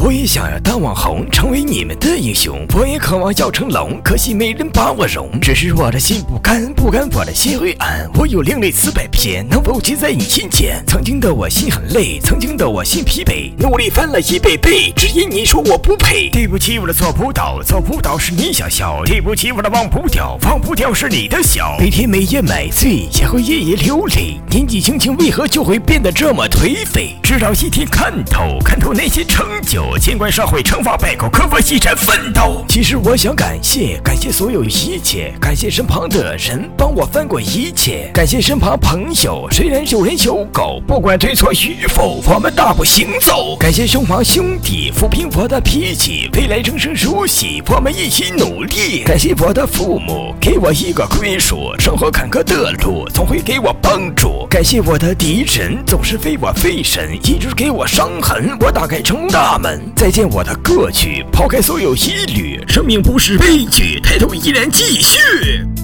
我也想要当网红，成为你们的英雄。我也渴望要成龙，可惜没人把我容。只是我的心不甘，不甘我的心灰暗。我有另类400篇，能否记在你心间？曾经的我心很累，曾经的我心疲惫，努力翻了100倍，只因你说我不配。对不起，我的做不到，做不到是你想笑。对不起，我的忘不掉，忘不掉是你的笑。每天每夜买醉，也会夜夜流泪。年纪轻轻为何就会变得这么颓废？直到一天看透，看透那些成就，尽管社会惩罚败口，可我依然奋斗。其实我想感谢所有一切，感谢身旁的人帮我翻过一切，感谢身旁朋友，虽然有人有狗，不管对错与否，我们大步行走。感谢身旁兄弟抚平我的脾气，未来人生如戏，我们一起努力。感谢我的父母，给我一个归属，生活坎坷的路总会给我帮助。感谢我的敌人，总是为我费神，一直给我伤痕，我打开成大门。再见我的过去，抛开所有疑虑，生命不是悲剧，抬头依然继续。